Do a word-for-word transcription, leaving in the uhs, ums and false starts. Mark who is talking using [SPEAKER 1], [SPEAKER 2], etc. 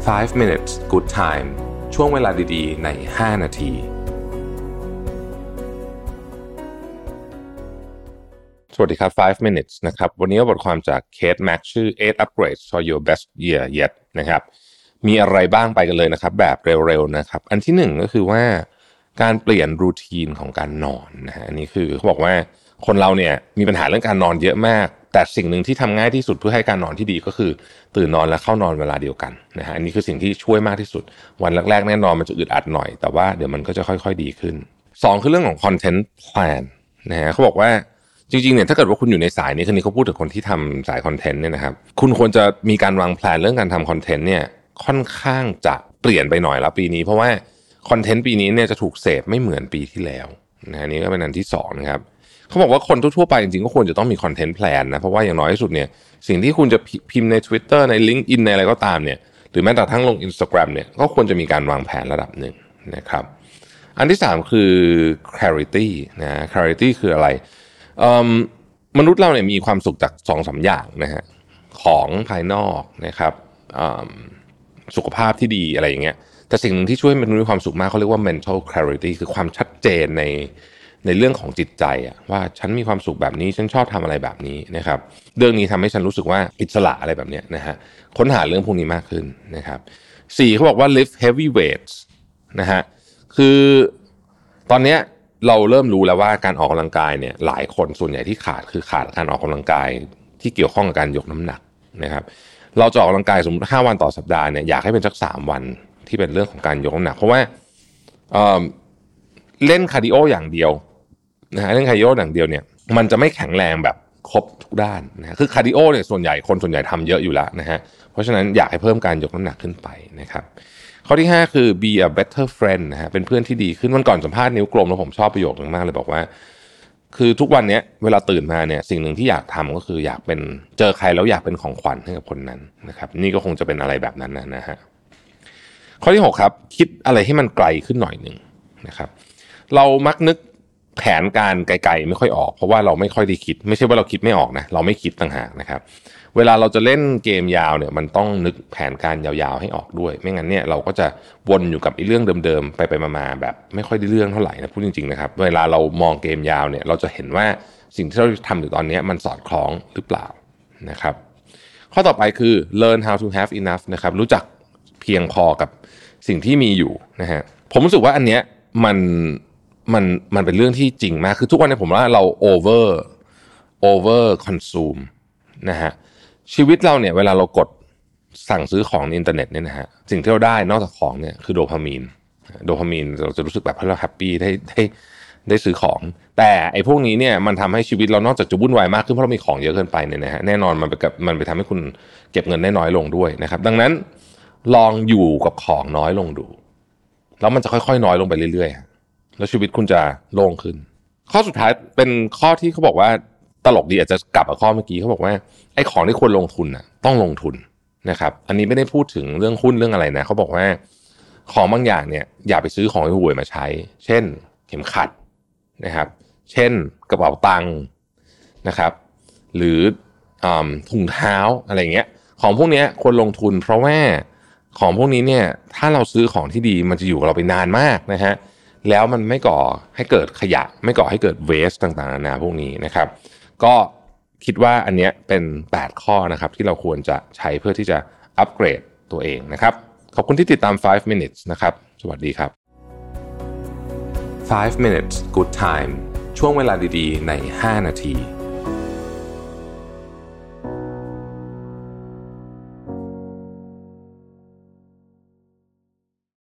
[SPEAKER 1] five minutes good time ช่วงเวลาดีๆในห้านาทีสวัสดีครับfive minutes นะครับวันนี้บทความจาก Kate Mack ชื่อ eight upgrades for your best year yet นะครับมีอะไรบ้างไปกันเลยนะครับแบบเร็วๆนะครับอันที่หนึ่งก็คือว่าการเปลี่ยนรูทีนของการนอนนะฮะอันนี้คือเขาบอกว่าคนเราเนี่ยมีปัญหาเรื่องการนอนเยอะมากแต่สิ่งหนึ่งที่ทำง่ายที่สุดเพื่อให้การนอนที่ดีก็คือตื่นนอนและเข้านอนเวลาเดียวกันนะฮะอันนี้คือสิ่งที่ช่วยมากที่สุดวันแรกๆแน่นอนมันจะอึดอัดหน่อยแต่ว่าเดี๋ยวมันก็จะค่อยๆดีขึ้นสองคือเรื่องของ content plan นะฮะเขาบอกว่าจริงๆเนี่ยถ้าเกิดว่าคุณอยู่ในสายนี้คือนี้เขาพูดถึงคนที่ทำสายคอนเทนต์เนี่ยนะครับคุณควรจะมีการวางแผนเรื่องการทำคอนเทนต์เนี่ยค่อนข้างจะเปลี่ยนไปหน่อยแล้วปีนี้เพราะว่าคอนเทนต์ปีนี้เนี่ยจะถูกเสพไม่เหมือนปีที่แล้วนะนี่ก็เป็นอันที่สองนะครับเขาบอกว่าคนทั่วๆไปจริงๆก็ควรจะต้องมีคอนเทนต์แพลนนะเพราะว่าอย่างน้อยที่สุดเนี่ยสิ่งที่คุณจะพิมพ์ใน Twitter ใน LinkedIn ในอะไรก็ตามเนี่ยหรือแม้แต่ทั้งลง Instagram เนี่ยก็ควรจะมีการวางแผนระดับหนึ่งนะครับอันที่สามคือ clarity นะ clarity คืออะไรมนุษย์เราเนี่ยมีความสุขจาก สองถึงสาม อย่างนะฮะของภายนอกนะครับสุขภาพที่ดีอะไรอย่างเงี้ยแต่สิ่งหนึ่งที่ช่วยมนุษย์มีความสุขมากเขาเรียกว่า mental clarity คือความชัดเจนในในเรื่องของจิตใจอะว่าฉันมีความสุขแบบนี้ฉันชอบทำอะไรแบบนี้นะครับเรื่องนี้ทำให้ฉันรู้สึกว่าอิสระอะไรแบบเนี้ยนะฮะค้นหาเรื่องพวกนี้มากขึ้นนะครับสี่เขาบอกว่า lift heavy weights นะฮะคือตอนเนี้ยเราเริ่มรู้แล้วว่าการออกกำลังกายเนี่ยหลายคนส่วนใหญ่ที่ขาดคือขาดการออกกำลังกายที่เกี่ยวข้องกับการยกน้ำหนักนะครับเราจะออกกำลังกายสมมติห้าวันต่อสัปดาห์เนี่ยอยากให้เป็นสักสามวันที่เป็นเรื่องของการยกน้ำหนักเพราะว่า เอ่อ เล่นคาร์ดิโออย่างเดียวนะฮะเล่นคาร์ดิโออย่างเดียวเนี่ยมันจะไม่แข็งแรงแบบครบทุกด้านนะคือคาร์ดิโอเนี่ยส่วนใหญ่คนส่วนใหญ่ทำเยอะอยู่แล้วนะฮะเพราะฉะนั้นอยากให้เพิ่มการยกน้ำหนักขึ้นไปนะครับข้อที่ห้าคือ be a better friend นะฮะเป็นเพื่อนที่ดีขึ้นวันก่อนสัมภาษณ์นิ้วกลมแล้วผมชอบประโยคนึงมากเลยบอกว่าคือทุกวันนี้เวลาตื่นมาเนี่ยสิ่งหนึ่งที่อยากทำก็คืออยากเป็นเจอใครแล้วอยากเป็นของขวัญให้กับคนนั้นนะครับนี่ก็คงจะเป็นอะไรแบบนั้นนะนะฮะข้อที่หกครับคิดอะไรให้มันไกลขึ้นหน่อยนึงนะครับเรามักนึกแผนการไกลๆไม่ค่อยออกเพราะว่าเราไม่ค่อยได้คิดไม่ใช่ว่าเราคิดไม่ออกนะเราไม่คิดต่างหากนะครับเวลาเราจะเล่นเกมยาวเนี่ยมันต้องนึกแผนการยาวๆให้ออกด้วยไม่งั้นเนี่ยเราก็จะวนอยู่กับไอ้เรื่องเดิมๆไปๆมาๆแบบไม่ค่อยได้เรื่องเท่าไหร่นะพูดจริงๆนะครับเวลาเรามองเกมยาวเนี่ยเราจะเห็นว่าสิ่งที่เราทำอยู่ตอนนี้มันสอดคล้องหรือเปล่านะครับข้อต่อไปคือ learn how to have enough นะครับรู้จักเพียงพอกับสิ่งที่มีอยู่นะฮะผมรู้สึกว่าอันเนี้ยมันมันมันเป็นเรื่องที่จริงมากคือทุกวันนี้ผมว่าเรา over over consume นะฮะชีวิตเราเนี่ยเวลาเรากดสั่งซื้อของในอินเทอร์เน็ตเนี่ยนะฮะสิ่งที่เราได้นอกจากของเนี่ยคือโดพามีนโดพามีนเราจะรู้สึกแบบเราแฮปปี้ได้ได้ได้ซื้อของแต่ไอ้พวกนี้เนี่ยมันทำให้ชีวิตเรานอกจากจะวุ่นวายมากขึ้นเพราะเรามีของเยอะเกินไปเนี่ยนะฮะแน่นอนมันไปกับมันไปทำให้คุณเก็บเงินได้น้อยลงด้วยนะครับดังนั้นลองอยู่กับของน้อยลงดูแล้วมันจะค่อยๆน้อยลงไปเรื่อยๆแล้วชีวิตคุณจะโล่งขึ้นข้อสุดท้ายเป็นข้อที่เขาบอกว่าตลกดีอาจจะกลับกับข้อเมื่อกี้เขาบอกว่าไอ้ของที่ควรลงทุนน่ะต้องลงทุนนะครับอันนี้ไม่ได้พูดถึงเรื่องหุ้นเรื่องอะไรนะเขาบอกว่าของบางอย่างเนี่ยอย่าไปซื้อของห่วยๆมาใช้เช่นเข็มขัดนะครับเช่นกระเป๋าตังค์นะครับหรือถุงเท้าอะไรเงี้ยของพวกนี้ควรลงทุนเพราะว่าของพวกนี้เนี่ยถ้าเราซื้อของที่ดีมันจะอยู่กับเราไปนานมากนะฮะแล้วมันไม่ก่อให้เกิดขยะไม่ก่อให้เกิดเวสต์ต่างๆนานาพวกนี้นะครับก็คิดว่าอันเนี้ยเป็นแปดข้อนะครับที่เราควรจะใช้เพื่อที่จะอัปเกรดตัวเองนะครับขอบคุณที่ติดตามfive minutes นะครับสวัสดีครับfive minutes good time ช่วงเวลาดีๆในห้านาที